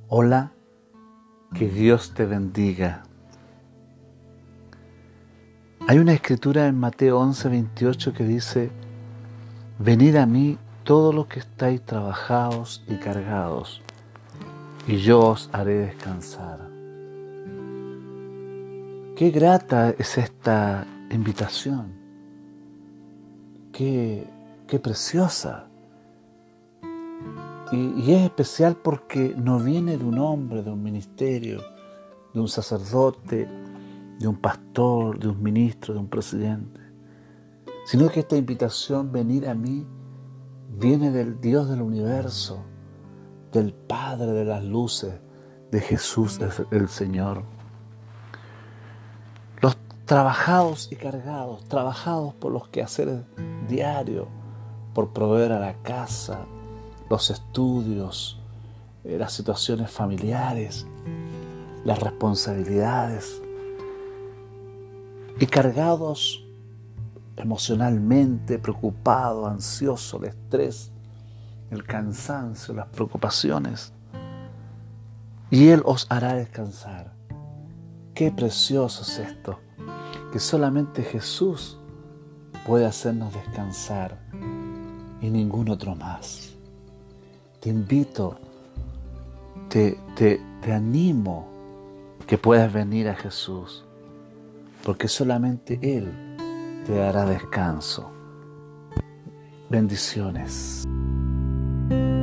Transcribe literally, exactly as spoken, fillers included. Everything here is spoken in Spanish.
Hola, que Dios te bendiga. Hay una escritura en Mateo once, veintiocho que dice: venid a mí todos los que estáis trabajados y cargados, y yo os haré descansar. Qué grata es esta invitación, qué, qué preciosa. Y, y es especial porque no viene de un hombre, de un ministerio, de un sacerdote, de un pastor, de un ministro, de un presidente, sino que esta invitación, venir a mí, viene del Dios del universo, del Padre de las luces, de Jesús el Señor. Los trabajados y cargados, trabajados por los quehaceres diarios, por proveer a la casa, los estudios, las situaciones familiares, las responsabilidades, y cargados emocionalmente, preocupados, ansiosos, el estrés, el cansancio, las preocupaciones, y Él os hará descansar. Qué precioso es esto, que solamente Jesús puede hacernos descansar y ningún otro más. Te invito, te, te, te animo que puedas venir a Jesús, porque solamente Él te dará descanso. Bendiciones.